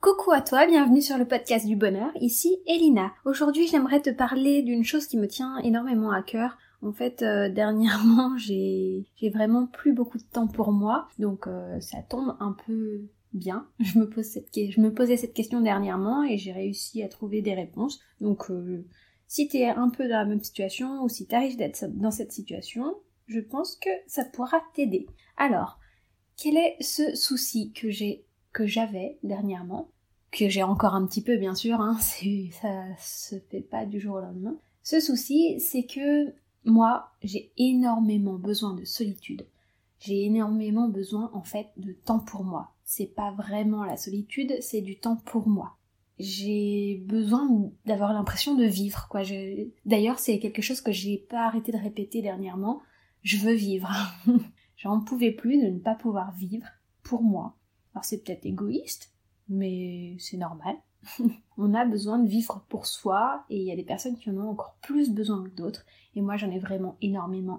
Coucou à toi, bienvenue sur le podcast du bonheur, ici Elina. Aujourd'hui j'aimerais te parler d'une chose qui me tient énormément à cœur. En fait, dernièrement j'ai vraiment plus beaucoup de temps pour moi, donc ça tombe un peu bien. Je me posais cette question dernièrement et j'ai réussi à trouver des réponses. Donc si t'es un peu dans la même situation ou si t'arrives d'être dans cette situation, je pense que ça pourra t'aider. Alors, quel est ce souci que j'avais dernièrement, que j'ai encore un petit peu bien sûr, ça se fait pas du jour au lendemain. Ce souci, c'est que moi, j'ai énormément besoin de solitude. J'ai énormément besoin en fait de temps pour moi. C'est pas vraiment la solitude, c'est du temps pour moi. J'ai besoin d'avoir l'impression de vivre, quoi. D'ailleurs, c'est quelque chose que j'ai pas arrêté de répéter dernièrement. Je veux vivre. J'en pouvais plus de ne pas pouvoir vivre pour moi. Alors c'est peut-être égoïste, mais c'est normal. On a besoin de vivre pour soi, et il y a des personnes qui en ont encore plus besoin que d'autres, et moi j'en ai vraiment énormément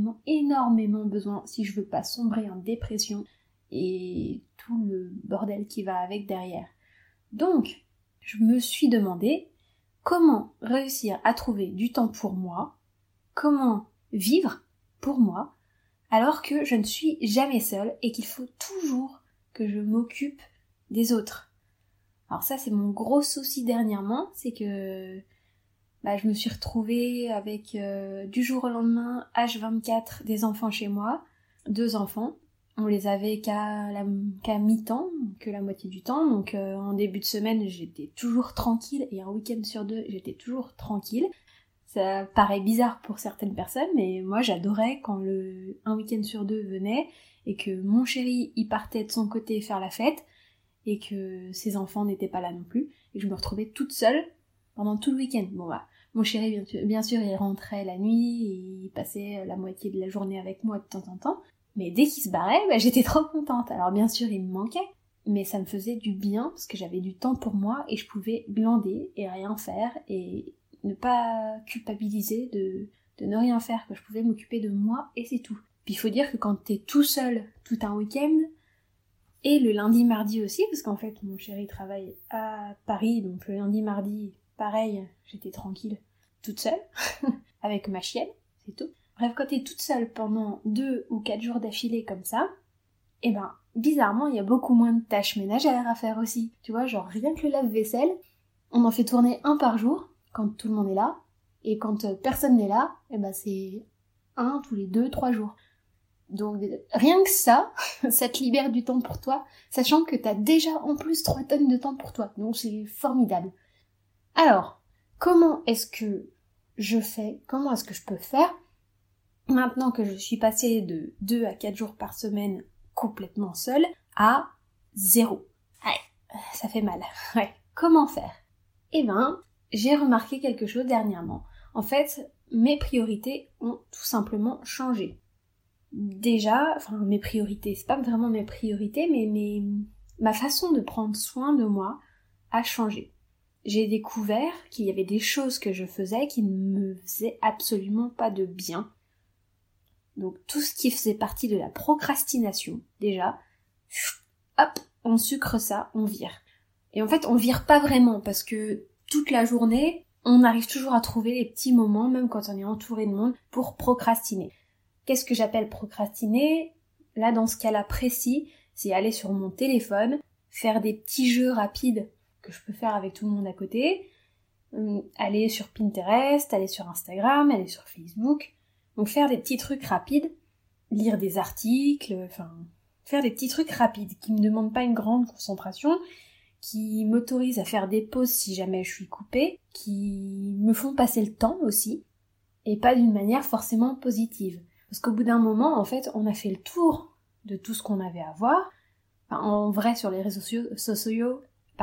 besoin si je veux pas sombrer en dépression, et tout le bordel qui va avec derrière. Donc, je me suis demandé comment réussir à trouver du temps pour moi, comment vivre pour moi, alors que je ne suis jamais seule et qu'il faut toujours que je m'occupe des autres. Alors ça, c'est mon gros souci dernièrement, c'est que je me suis retrouvée avec du jour au lendemain, H24, des enfants chez moi, 2 enfants. On les avait qu'à mi-temps, que la moitié du temps, donc en début de semaine, j'étais toujours tranquille, et un week-end sur 2, j'étais toujours tranquille. Ça paraît bizarre pour certaines personnes, mais moi j'adorais quand un week-end sur 2 venait et que mon chéri y partait de son côté faire la fête et que ses enfants n'étaient pas là non plus et que je me retrouvais toute seule pendant tout le week-end. Mon chéri bien sûr il rentrait la nuit et il passait la moitié de la journée avec moi de temps en temps, mais dès qu'il se barrait, j'étais trop contente. Alors bien sûr il me manquait, mais ça me faisait du bien parce que j'avais du temps pour moi et je pouvais glander et rien faire et ne pas culpabiliser de ne rien faire, que je pouvais m'occuper de moi et c'est tout. Puis il faut dire que quand t'es tout seul tout un week-end, et le lundi mardi aussi, parce qu'en fait mon chéri travaille à Paris, donc le lundi mardi, pareil, j'étais tranquille, toute seule, avec ma chienne, c'est tout. Bref, quand t'es toute seule pendant 2 ou 4 jours d'affilée comme ça, bizarrement il y a beaucoup moins de tâches ménagères à faire aussi. Tu vois, genre rien que le lave-vaisselle, on en fait tourner 1 par jour, quand tout le monde est là, et quand personne n'est là, c'est 1 tous les 2-3 jours. Donc rien que ça, ça te libère du temps pour toi, sachant que t'as déjà en plus 3 tonnes de temps pour toi, donc c'est formidable. Alors, comment est-ce que je peux faire, maintenant que je suis passée de 2 à 4 jours par semaine complètement seule, à 0. Ouais, ça fait mal. Ouais, comment faire ? J'ai remarqué quelque chose dernièrement. En fait, mes priorités ont tout simplement changé. Déjà, mes priorités, c'est pas vraiment mes priorités, mais ma façon de prendre soin de moi a changé. J'ai découvert qu'il y avait des choses que je faisais qui ne me faisaient absolument pas de bien. Donc tout ce qui faisait partie de la procrastination, déjà, hop, on sucre ça, on vire. Et en fait, on vire pas vraiment, parce que toute la journée, on arrive toujours à trouver les petits moments, même quand on est entouré de monde, pour procrastiner. Qu'est-ce que j'appelle procrastiner ? Là, dans ce cas-là précis, c'est aller sur mon téléphone, faire des petits jeux rapides que je peux faire avec tout le monde à côté, aller sur Pinterest, aller sur Instagram, aller sur Facebook, donc faire des petits trucs rapides, lire des articles, faire des petits trucs rapides qui me demandent pas une grande concentration, qui m'autorisent à faire des pauses si jamais je suis coupée, qui me font passer le temps aussi, et pas d'une manière forcément positive. Parce qu'au bout d'un moment, en fait, on a fait le tour de tout ce qu'on avait à voir. En vrai, sur les réseaux sociaux,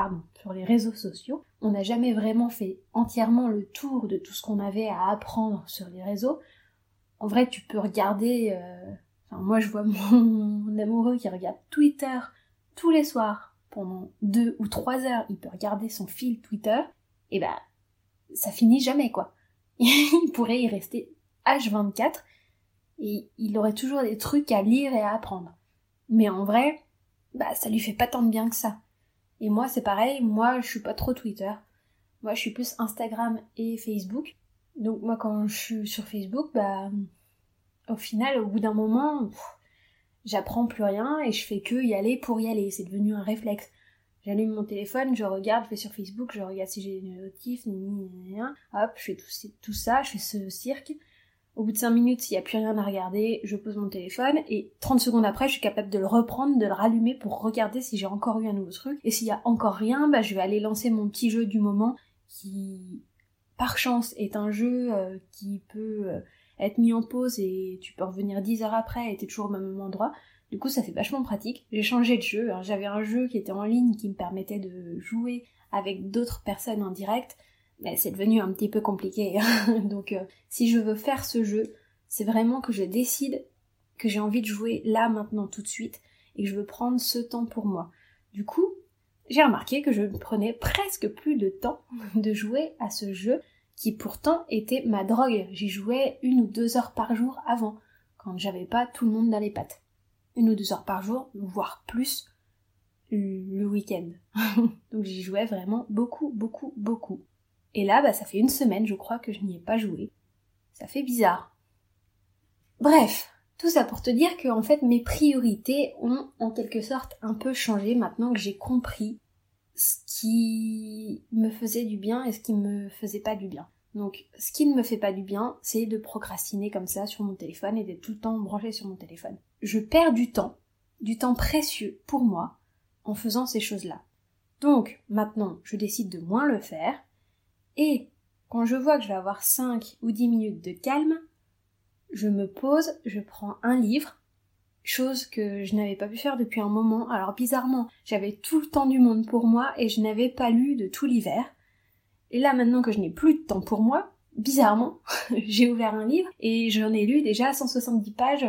on n'a jamais vraiment fait entièrement le tour de tout ce qu'on avait à apprendre sur les réseaux. En vrai, tu peux regarder... moi, je vois mon amoureux qui regarde Twitter tous les soirs pendant 2 ou 3 heures. Il peut regarder son fil Twitter. Et ça finit jamais, quoi. Il pourrait y rester H24 et il aurait toujours des trucs à lire et à apprendre. Mais en vrai, ça lui fait pas tant de bien que ça. Et moi c'est pareil, moi je suis pas trop Twitter. Moi je suis plus Instagram et Facebook. Donc moi quand je suis sur Facebook, au final au bout d'un moment, j'apprends plus rien et je fais que y aller pour y aller. C'est devenu un réflexe. J'allume mon téléphone, je regarde, je vais sur Facebook, je regarde si j'ai une notif, hop, je fais tout ça, je fais ce cirque. Au bout de 5 minutes, s'il n'y a plus rien à regarder, je pose mon téléphone et 30 secondes après, je suis capable de le reprendre, de le rallumer pour regarder si j'ai encore eu un nouveau truc. Et s'il y a encore rien, je vais aller lancer mon petit jeu du moment qui, par chance, est un jeu qui peut être mis en pause et tu peux revenir 10 heures après et t'es toujours au même endroit. Du coup, ça fait vachement pratique. J'ai changé de jeu. Alors, j'avais un jeu qui était en ligne qui me permettait de jouer avec d'autres personnes en direct. Mais c'est devenu un petit peu compliqué. Donc, si je veux faire ce jeu, c'est vraiment que je décide que j'ai envie de jouer là, maintenant, tout de suite. Et que je veux prendre ce temps pour moi. Du coup, j'ai remarqué que je prenais presque plus de temps de jouer à ce jeu qui pourtant était ma drogue. J'y jouais 1 ou 2 heures par jour avant, quand j'avais pas tout le monde dans les pattes. 1 ou 2 heures par jour, voire plus le week-end. Donc j'y jouais vraiment beaucoup, beaucoup, beaucoup. Et là, ça fait 1 semaine, je crois, que je n'y ai pas joué. Ça fait bizarre. Bref, tout ça pour te dire que en fait mes priorités ont en quelque sorte un peu changé maintenant que j'ai compris ce qui me faisait du bien et ce qui me faisait pas du bien. Donc ce qui ne me fait pas du bien, c'est de procrastiner comme ça sur mon téléphone et d'être tout le temps branché sur mon téléphone. Je perds du temps précieux pour moi en faisant ces choses-là. Donc maintenant, je décide de moins le faire et quand je vois que je vais avoir 5 ou 10 minutes de calme, je me pose, je prends un livre, chose que je n'avais pas pu faire depuis un moment. Alors bizarrement, j'avais tout le temps du monde pour moi et je n'avais pas lu de tout l'hiver. Et là maintenant que je n'ai plus de temps pour moi, bizarrement, j'ai ouvert un livre et j'en ai lu déjà 170 pages,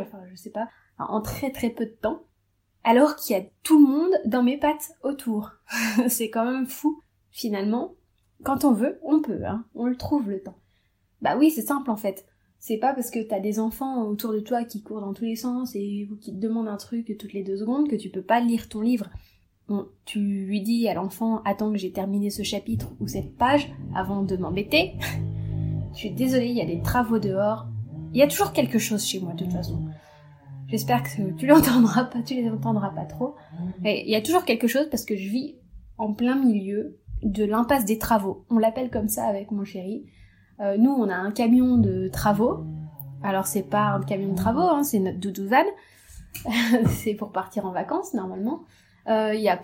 en très très peu de temps, alors qu'il y a tout le monde dans mes pattes autour. C'est quand même fou, finalement. Quand on veut, on peut, on le trouve le temps. Oui, c'est simple en fait. C'est pas parce que t'as des enfants autour de toi qui courent dans tous les sens et qui te demandent un truc toutes les 2 secondes que tu peux pas lire ton livre. Bon, tu lui dis à l'enfant « Attends que j'ai terminé ce chapitre ou cette page avant de m'embêter. » Je suis désolée, il y a des travaux dehors. Il y a toujours quelque chose chez moi de toute façon. J'espère que tu les entendras pas trop. Mais il y a toujours quelque chose parce que je vis en plein milieu de l'impasse des travaux. On l'appelle comme ça avec mon chéri. Nous, on a un camion de travaux. Alors, c'est pas un camion de travaux, c'est notre doudou van. C'est pour partir en vacances, normalement. Il y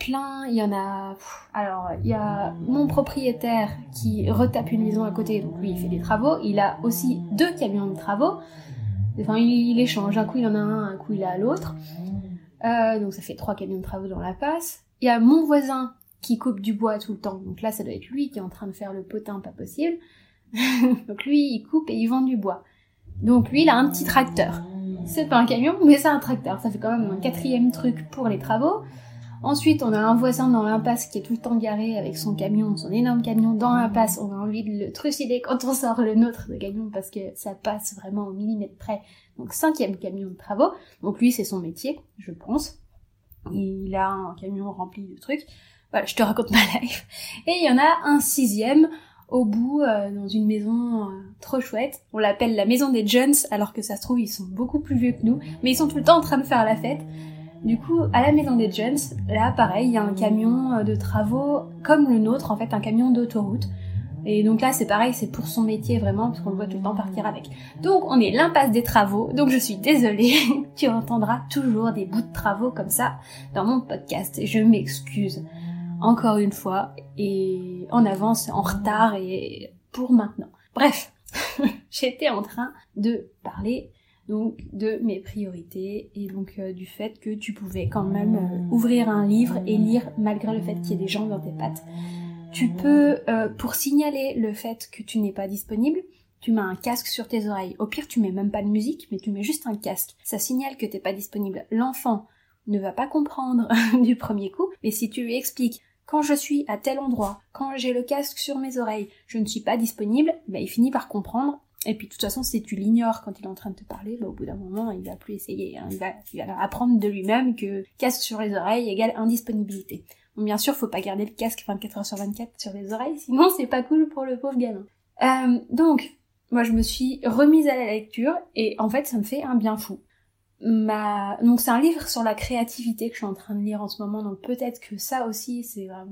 a mon propriétaire qui retape une maison à côté, donc lui, il fait des travaux. Il a aussi 2 camions de travaux. Enfin, il échange. Un coup, il en a un coup, il a l'autre. Donc, ça fait 3 camions de travaux dans la passe. Il y a mon voisin qui coupe du bois tout le temps. Donc là, ça doit être lui qui est en train de faire le potin pas possible. Donc lui, il coupe et il vend du bois. Donc lui, il a un petit tracteur. C'est pas un camion, mais c'est un tracteur. Ça fait quand même un 4e truc pour les travaux. Ensuite, on a un voisin dans l'impasse qui est tout le temps garé avec son camion, son énorme camion dans l'impasse. On a envie de le trucider quand on sort le nôtre de camion parce que ça passe vraiment au millimètre près. Donc 5e camion de travaux. Donc lui, c'est son métier, je pense. Il a un camion rempli de trucs. Voilà, je te raconte ma life. Et il y en a un 6e au bout, dans une maison trop chouette. On l'appelle la maison des Jones, alors que ça se trouve, ils sont beaucoup plus vieux que nous. Mais ils sont tout le temps en train de faire la fête. Du coup, à la maison des Jones, là, pareil, il y a un camion de travaux comme le nôtre, en fait, un camion d'autoroute. Et donc là, c'est pareil, c'est pour son métier, vraiment, parce qu'on le voit tout le temps partir avec. Donc, on est l'impasse des travaux, donc je suis désolée, tu entendras toujours des bouts de travaux comme ça dans mon podcast, et je m'excuse. Encore une fois, et en avance, en retard, et pour maintenant. Bref, j'étais en train de parler donc de mes priorités, et donc du fait que tu pouvais quand même ouvrir un livre et lire malgré le fait qu'il y ait des gens dans tes pattes. Tu peux, pour signaler le fait que tu n'es pas disponible, tu mets un casque sur tes oreilles. Au pire, tu mets même pas de musique, mais tu mets juste un casque. Ça signale que t'es pas disponible. L'enfant ne va pas comprendre du premier coup, mais si tu lui expliques quand je suis à tel endroit, quand j'ai le casque sur mes oreilles, je ne suis pas disponible, il finit par comprendre. Et puis de toute façon, si tu l'ignores quand il est en train de te parler, au bout d'un moment, il va plus essayer. Il va apprendre de lui-même que casque sur les oreilles égale indisponibilité. Bon, bien sûr, faut pas garder le casque 24h/24 sur les oreilles, sinon c'est pas cool pour le pauvre gamin. Donc, moi je me suis remise à la lecture, et en fait ça me fait un bien fou. Donc c'est un livre sur la créativité que je suis en train de lire en ce moment, donc peut-être que ça aussi,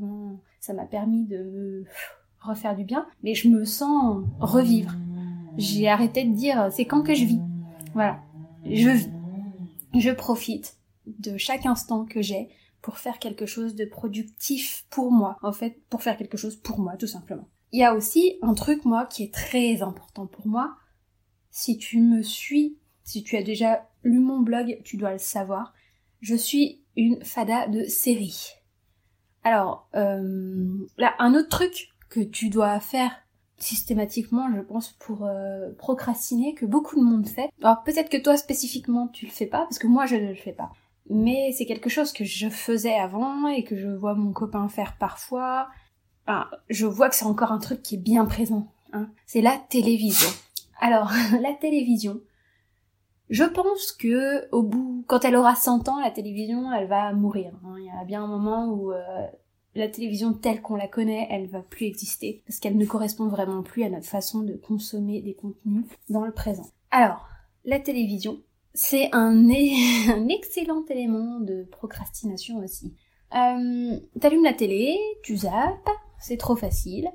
ça m'a permis de me refaire du bien, mais je me sens revivre. J'ai arrêté de dire c'est quand que je vis. Voilà, je vis. Je profite de chaque instant que j'ai pour faire quelque chose de productif pour moi. En fait, pour faire quelque chose pour moi, tout simplement. Il y a aussi un truc, moi, qui est très important pour moi. Si tu me suis, si tu as déjà lu mon blog, tu dois le savoir. Je suis une fada de séries. Alors, là, un autre truc que tu dois faire systématiquement, je pense, pour procrastiner, que beaucoup de monde fait. Alors, peut-être que toi, spécifiquement, tu le fais pas, parce que moi, je ne le fais pas. Mais c'est quelque chose que je faisais avant, et que je vois mon copain faire parfois. Enfin, je vois que c'est encore un truc qui est bien présent, hein. C'est la télévision. Alors, la télévision, je pense que quand elle aura 100 ans, la télévision, elle va mourir, hein. Il y a bien un moment où la télévision telle qu'on la connaît, elle va plus exister, parce qu'elle ne correspond vraiment plus à notre façon de consommer des contenus dans le présent. Alors, la télévision, c'est un excellent élément de procrastination aussi. T'allumes la télé, tu zappes, c'est trop facile.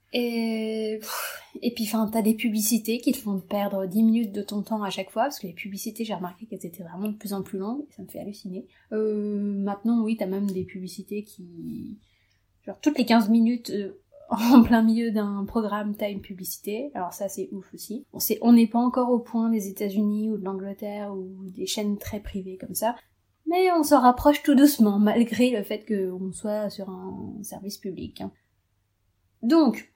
Et puis enfin, t'as des publicités qui te font perdre 10 minutes de ton temps à chaque fois, parce que les publicités, j'ai remarqué qu'elles étaient vraiment de plus en plus longues, et ça me fait halluciner. Maintenant, oui, t'as même des publicités qui... Genre, toutes les 15 minutes, en plein milieu d'un programme, t'as une publicité. Alors ça, c'est ouf aussi. On n'est pas encore au point des États-Unis ou de l'Angleterre ou des chaînes très privées comme ça, mais on s'en rapproche tout doucement, malgré le fait qu'on soit sur un service public, hein. Donc,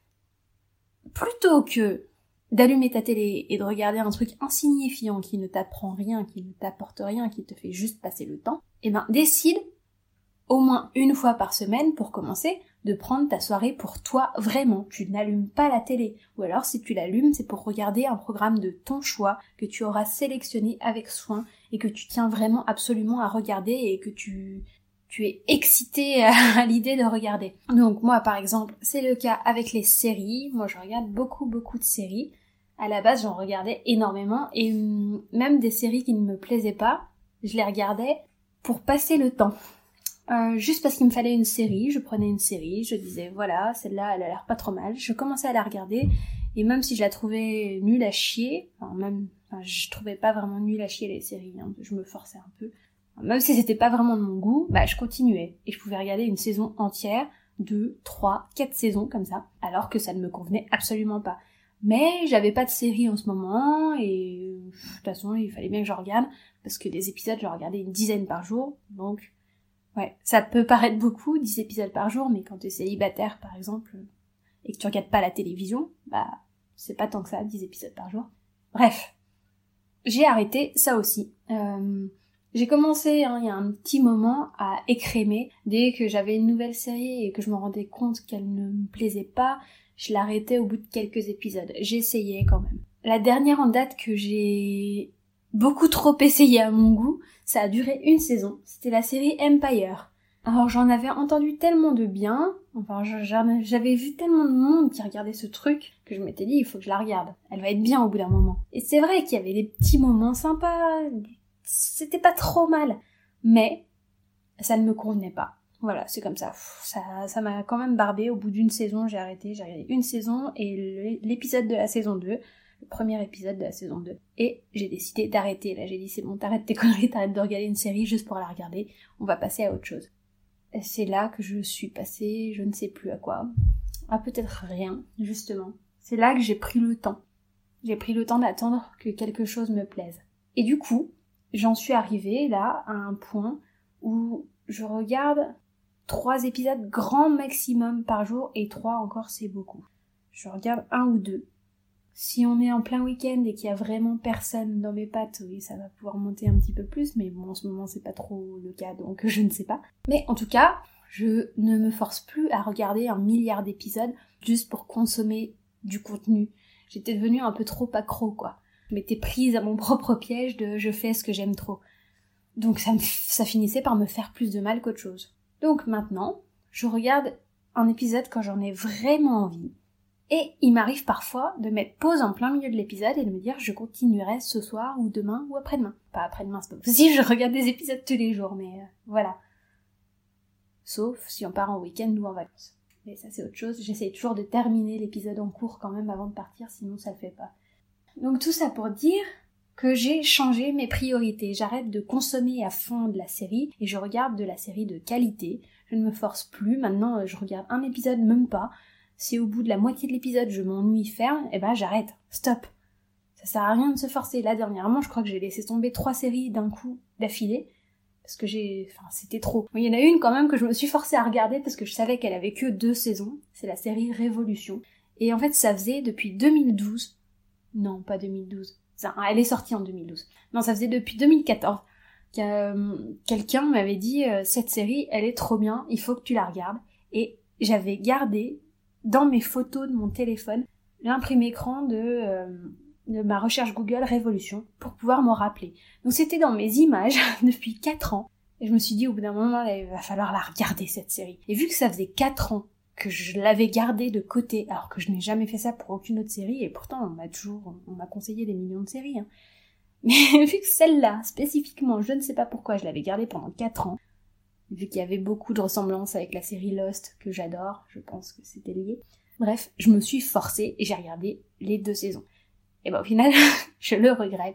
plutôt que d'allumer ta télé et de regarder un truc insignifiant qui ne t'apprend rien, qui ne t'apporte rien, qui te fait juste passer le temps, décide, au moins une fois par semaine, pour commencer, de prendre ta soirée pour toi vraiment. Tu n'allumes pas la télé. Ou alors, si tu l'allumes, c'est pour regarder un programme de ton choix, que tu auras sélectionné avec soin, et que tu tiens vraiment absolument à regarder, et que tu es excité à l'idée de regarder. Donc moi, par exemple, c'est le cas avec les séries. Moi, je regarde beaucoup de séries. À la base, j'en regardais énormément, et même des séries qui ne me plaisaient pas, je les regardais pour passer le temps. Juste parce qu'il me fallait une série, je prenais une série, je disais voilà, celle-là elle a l'air pas trop mal, je commençais à la regarder, et même si je la trouvais nulle à chier, je trouvais pas vraiment nulle à chier les séries, hein, je me forçais un peu, même si c'était pas vraiment de mon goût, je continuais, et je pouvais regarder une saison entière, 2, 3, 4 saisons comme ça, alors que ça ne me convenait absolument pas. Mais j'avais pas de série en ce moment, et de toute façon il fallait bien que je regarde, parce que des épisodes j'en regardais une dizaine par jour, donc... Ouais, ça peut paraître beaucoup, 10 épisodes par jour, mais quand t'es célibataire, par exemple, et que tu regardes pas la télévision, c'est pas tant que ça, 10 épisodes par jour. Bref. J'ai arrêté ça aussi. J'ai commencé, il y a un petit moment, à écrémer. Dès que j'avais une nouvelle série et que je me rendais compte qu'elle ne me plaisait pas, je l'arrêtais au bout de quelques épisodes. J'essayais quand même. La dernière en date que j'ai beaucoup trop essayé à mon goût, ça a duré une saison. C'était la série Empire. Alors j'en avais entendu tellement de bien, j'avais vu tellement de monde qui regardait ce truc, que je m'étais dit il faut que je la regarde. Elle va être bien au bout d'un moment. Et c'est vrai qu'il y avait des petits moments sympas, c'était pas trop mal, mais ça ne me convenait pas. Voilà, c'est comme ça. Ça m'a quand même barbé. Au bout d'une saison, j'ai arrêté. J'ai regardé une saison et l'épisode de la saison 2, le premier épisode de la saison 2. Et j'ai décidé d'arrêter. Là, j'ai dit, c'est bon, t'arrêtes tes conneries, t'arrêtes de regarder une série juste pour la regarder. On va passer à autre chose. Et c'est là que je suis passée, je ne sais plus à quoi. À peut-être rien, justement. C'est là que j'ai pris le temps. J'ai pris le temps d'attendre que quelque chose me plaise. Et du coup, j'en suis arrivée là à un point où je regarde 3 épisodes grand maximum par jour, et 3 encore c'est beaucoup. Je regarde 1 ou 2. Si on est en plein week-end et qu'il y a vraiment personne dans mes pattes, oui, ça va pouvoir monter un petit peu plus, mais bon, en ce moment c'est pas trop le cas, donc je ne sais pas. Mais en tout cas, je ne me force plus à regarder 1 milliard d'épisodes juste pour consommer du contenu. J'étais devenue un peu trop accro, quoi. Je m'étais prise à mon propre piège de je fais ce que j'aime trop. Donc ça finissait par me faire plus de mal qu'autre chose. Donc maintenant, je regarde un épisode quand j'en ai vraiment envie. Et il m'arrive parfois de mettre pause en plein milieu de l'épisode et de me dire je continuerai ce soir ou demain ou après-demain. Pas après-demain, c'est pas possible, je regarde des épisodes tous les jours, mais voilà. Sauf si on part en week-end ou en vacances. Mais ça c'est autre chose, j'essaye toujours de terminer l'épisode en cours quand même avant de partir, sinon ça le fait pas. Donc tout ça pour dire que j'ai changé mes priorités. J'arrête de consommer à fond de la série et je regarde de la série de qualité. Je ne me force plus, maintenant je regarde un épisode, même pas. Si au bout de la moitié de l'épisode je m'ennuie ferme, j'arrête, stop. Ça sert à rien de se forcer. Là dernièrement, je crois que j'ai laissé tomber 3 séries d'un coup d'affilée, parce que c'était trop. Il y en a une quand même que je me suis forcée à regarder parce que je savais qu'elle avait que 2 saisons, c'est la série Révolution. Et en fait ça faisait depuis 2012, non pas 2012, elle est sortie en 2012, non ça faisait depuis 2014 que quelqu'un m'avait dit cette série elle est trop bien, il faut que tu la regardes. Et j'avais gardé dans mes photos de mon téléphone l'imprime écran de ma recherche Google Révolution pour pouvoir m'en rappeler. Donc c'était dans mes images depuis 4 ans. Et je me suis dit au bout d'un moment, là, il va falloir la regarder cette série. Et vu que ça faisait 4 ans que je l'avais gardée de côté, alors que je n'ai jamais fait ça pour aucune autre série, et pourtant on m'a conseillé des millions de séries. Mais vu que celle-là, spécifiquement, je ne sais pas pourquoi je l'avais gardée pendant 4 ans, vu qu'il y avait beaucoup de ressemblances avec la série Lost, que j'adore, je pense que c'était lié. Bref, je me suis forcée et j'ai regardé les 2 saisons. Et au final, je le regrette.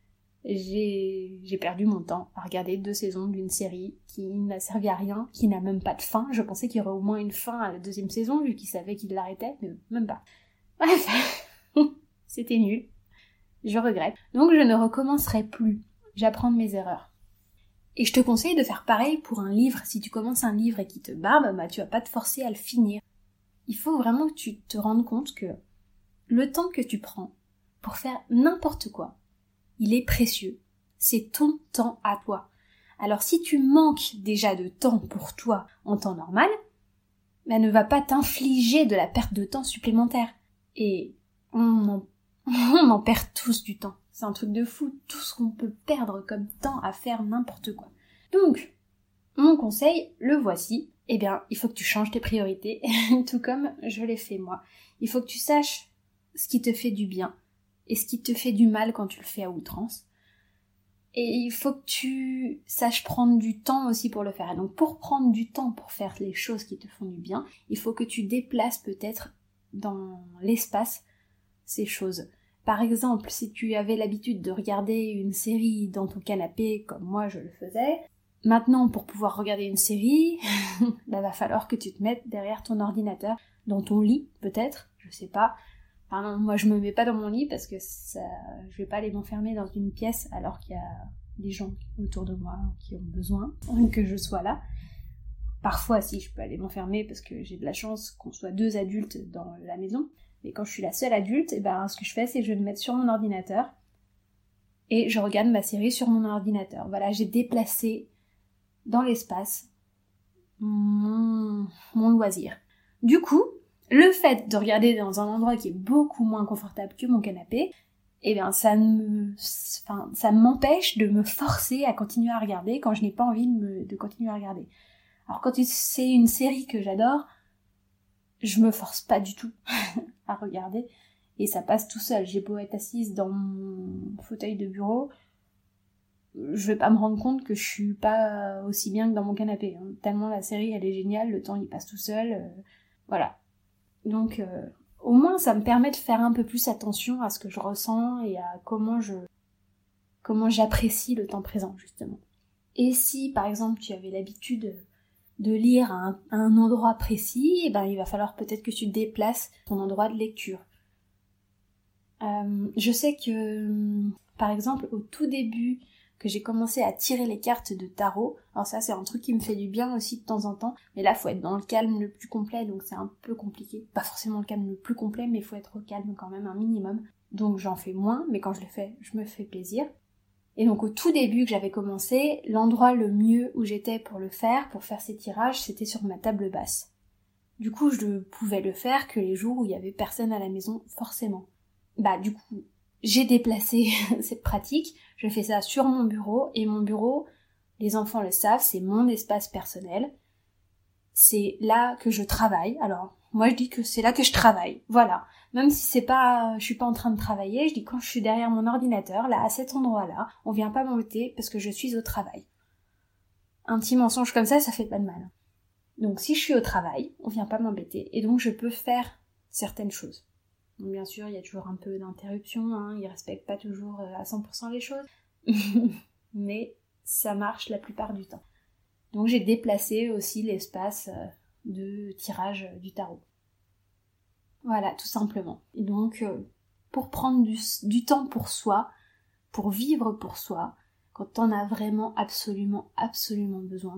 J'ai perdu mon temps à regarder 2 saisons d'une série qui n'a servi à rien, qui n'a même pas de fin. Je pensais qu'il y aurait au moins une fin à la 2e saison, vu qu'il savait qu'il l'arrêtait, mais même pas. Bref, c'était nul. Je regrette. Donc je ne recommencerai plus. J'apprends de mes erreurs. Et je te conseille de faire pareil pour un livre. Si tu commences un livre et qu'il te barbe, tu vas pas te forcer à le finir. Il faut vraiment que tu te rendes compte que le temps que tu prends pour faire n'importe quoi, il est précieux. C'est ton temps à toi. Alors si tu manques déjà de temps pour toi en temps normal, ne va pas t'infliger de la perte de temps supplémentaire. Et on en perd tous du temps. C'est un truc de fou, tout ce qu'on peut perdre comme temps à faire n'importe quoi. Donc, mon conseil, le voici. Il faut que tu changes tes priorités, tout comme je l'ai fait moi. Il faut que tu saches ce qui te fait du bien et ce qui te fait du mal quand tu le fais à outrance. Et il faut que tu saches prendre du temps aussi pour le faire. Et donc, pour prendre du temps pour faire les choses qui te font du bien, il faut que tu déplaces peut-être dans l'espace ces choses. Par exemple, si tu avais l'habitude de regarder une série dans ton canapé, comme moi je le faisais, maintenant pour pouvoir regarder une série, va falloir que tu te mettes derrière ton ordinateur, dans ton lit peut-être, je sais pas. Enfin non, moi je me mets pas dans mon lit parce que je vais pas aller m'enfermer dans une pièce alors qu'il y a des gens autour de moi qui ont besoin que je sois là. Parfois si je peux aller m'enfermer parce que j'ai de la chance qu'on soit 2 adultes dans la maison. Et quand je suis la seule adulte, ce que je fais, c'est que je vais me mettre sur mon ordinateur et je regarde ma série sur mon ordinateur. Voilà, j'ai déplacé dans l'espace mon loisir. Du coup, le fait de regarder dans un endroit qui est beaucoup moins confortable que mon canapé, ça m'empêche de me forcer à continuer à regarder quand je n'ai pas envie de continuer à regarder. Alors quand c'est une série que j'adore, je me force pas du tout à regarder et ça passe tout seul. J'ai beau être assise dans mon fauteuil de bureau, je vais pas me rendre compte que je suis pas aussi bien que dans mon canapé. Tellement la série elle est géniale, le temps il passe tout seul, voilà. Donc au moins ça me permet de faire un peu plus attention à ce que je ressens et à comment j'apprécie le temps présent justement. Et si par exemple tu avais l'habitude de lire à un endroit précis, il va falloir peut-être que tu déplaces ton endroit de lecture. Je sais que, par exemple, au tout début que j'ai commencé à tirer les cartes de tarot, alors ça c'est un truc qui me fait du bien aussi de temps en temps, mais là faut être dans le calme le plus complet, donc c'est un peu compliqué. Pas forcément le calme le plus complet, mais il faut être au calme quand même un minimum. Donc j'en fais moins, mais quand je le fais, je me fais plaisir. Et donc au tout début que j'avais commencé, l'endroit le mieux où j'étais pour faire ces tirages, c'était sur ma table basse. Du coup, je ne pouvais le faire que les jours où il y avait personne à la maison, forcément. Du coup, j'ai déplacé cette pratique, je fais ça sur mon bureau, et mon bureau, les enfants le savent, c'est mon espace personnel. c'est là que je travaille. Alors, moi je dis que c'est là que je travaille, voilà. Même si je suis pas en train de travailler, je dis quand je suis derrière mon ordinateur, là, à cet endroit-là, on vient pas m'embêter parce que je suis au travail. Un petit mensonge comme ça fait pas de mal. Donc si je suis au travail, on vient pas m'embêter, et donc je peux faire certaines choses. Donc, bien sûr, il y a toujours un peu d'interruption, hein, ils respectent pas toujours à 100% les choses, mais ça marche la plupart du temps. Donc j'ai déplacé aussi l'espace de tirage du tarot. Voilà, tout simplement. Et donc, pour prendre du temps pour soi, pour vivre pour soi, quand t'en as vraiment absolument besoin,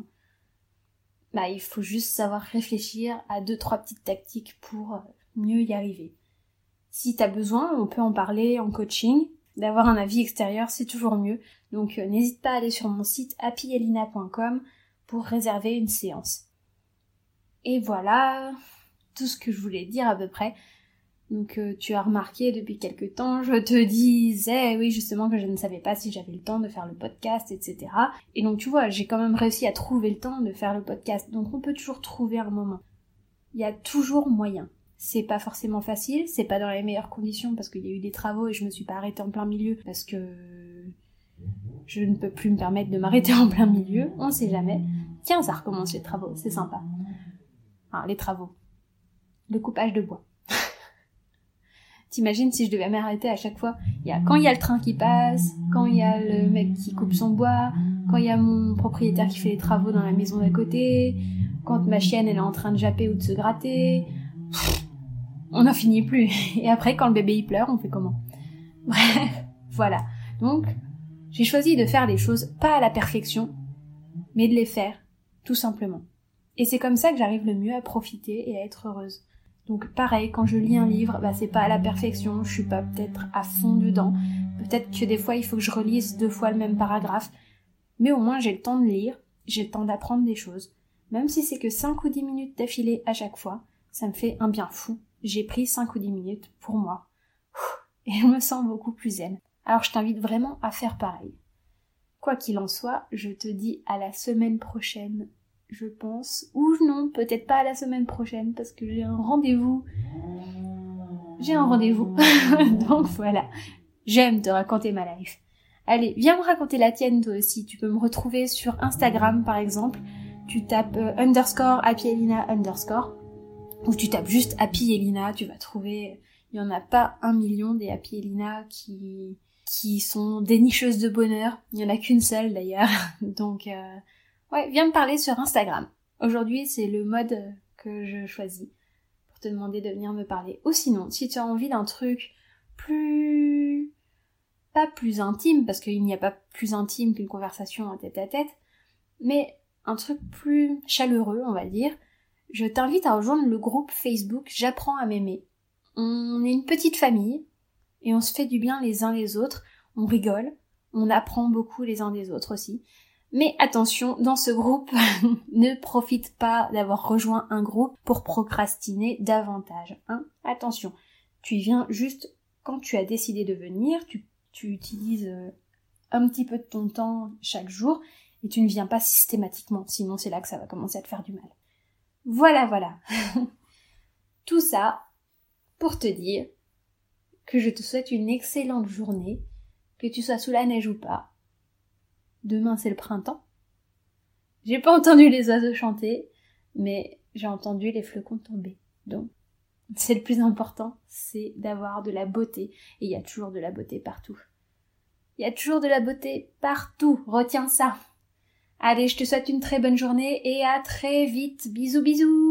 il faut juste savoir réfléchir à 2-3 petites tactiques pour mieux y arriver. Si t'as besoin, on peut en parler en coaching. D'avoir un avis extérieur, c'est toujours mieux. Donc n'hésite pas à aller sur mon site happyelina.com pour réserver une séance. Et voilà tout ce que je voulais dire à peu près. Donc tu as remarqué depuis quelque temps, je te disais, oui justement, que je ne savais pas si j'avais le temps de faire le podcast, etc. Et donc tu vois, j'ai quand même réussi à trouver le temps de faire le podcast. Donc on peut toujours trouver un moment. Il y a toujours moyen. C'est pas forcément facile, c'est pas dans les meilleures conditions parce qu'il y a eu des travaux et je me suis pas arrêtée en plein milieu parce que je ne peux plus me permettre de m'arrêter en plein milieu, on sait jamais. Tiens, ça recommence les travaux, c'est sympa. Enfin, les travaux. Le coupage de bois. T'imagines si je devais m'arrêter à chaque fois, quand il y a le train qui passe, quand il y a le mec qui coupe son bois, quand il y a mon propriétaire qui fait les travaux dans la maison d'à côté, quand ma chienne elle est en train de japper ou de se gratter, on n'en finit plus. Et après quand le bébé il pleure, on fait comment? Bref, voilà. Donc, j'ai choisi de faire les choses pas à la perfection, mais de les faire, tout simplement. Et c'est comme ça que j'arrive le mieux à profiter et à être heureuse. Donc pareil, quand je lis un livre, c'est pas à la perfection, je suis pas peut-être à fond dedans. Peut-être que des fois il faut que je relise 2 fois le même paragraphe. Mais au moins j'ai le temps de lire, j'ai le temps d'apprendre des choses. Même si c'est que 5 ou 10 minutes d'affilée à chaque fois, ça me fait un bien fou. J'ai pris 5 ou 10 minutes pour moi. Et je me sens beaucoup plus zen. Alors je t'invite vraiment à faire pareil. Quoi qu'il en soit, je te dis à la semaine prochaine, je pense. Ou non, peut-être pas à la semaine prochaine, parce que j'ai un rendez-vous. Donc voilà. J'aime te raconter ma life. Allez, viens me raconter la tienne toi aussi. Tu peux me retrouver sur Instagram par exemple. Tu tapes _happyelina_ ou tu tapes juste happyelina, tu vas trouver. Il y en a pas 1 million des happyelina qui sont dénicheuses de bonheur. Il y en a qu'une seule d'ailleurs. Donc ouais, viens me parler sur Instagram. Aujourd'hui, c'est le mode que je choisis pour te demander de venir me parler. Ou sinon, si tu as envie d'un truc pas plus intime, parce qu'il n'y a pas plus intime qu'une conversation en tête à tête, mais un truc plus chaleureux, on va dire, je t'invite à rejoindre le groupe Facebook J'apprends à m'aimer. On est une petite famille, et on se fait du bien les uns les autres, on rigole, on apprend beaucoup les uns des autres aussi. Mais attention, dans ce groupe, ne profite pas d'avoir rejoint un groupe pour procrastiner davantage. Attention, tu y viens juste quand tu as décidé de venir, tu utilises un petit peu de ton temps chaque jour, et tu ne viens pas systématiquement, sinon c'est là que ça va commencer à te faire du mal. Voilà. Tout ça pour te dire que je te souhaite une excellente journée, que tu sois sous la neige ou pas. Demain c'est le printemps. J'ai pas entendu les oiseaux chanter, mais j'ai entendu les flocons tomber. Donc, c'est le plus important, c'est d'avoir de la beauté. Et il y a toujours de la beauté partout. Retiens ça. Allez, je te souhaite une très bonne journée et à très vite. Bisous bisous.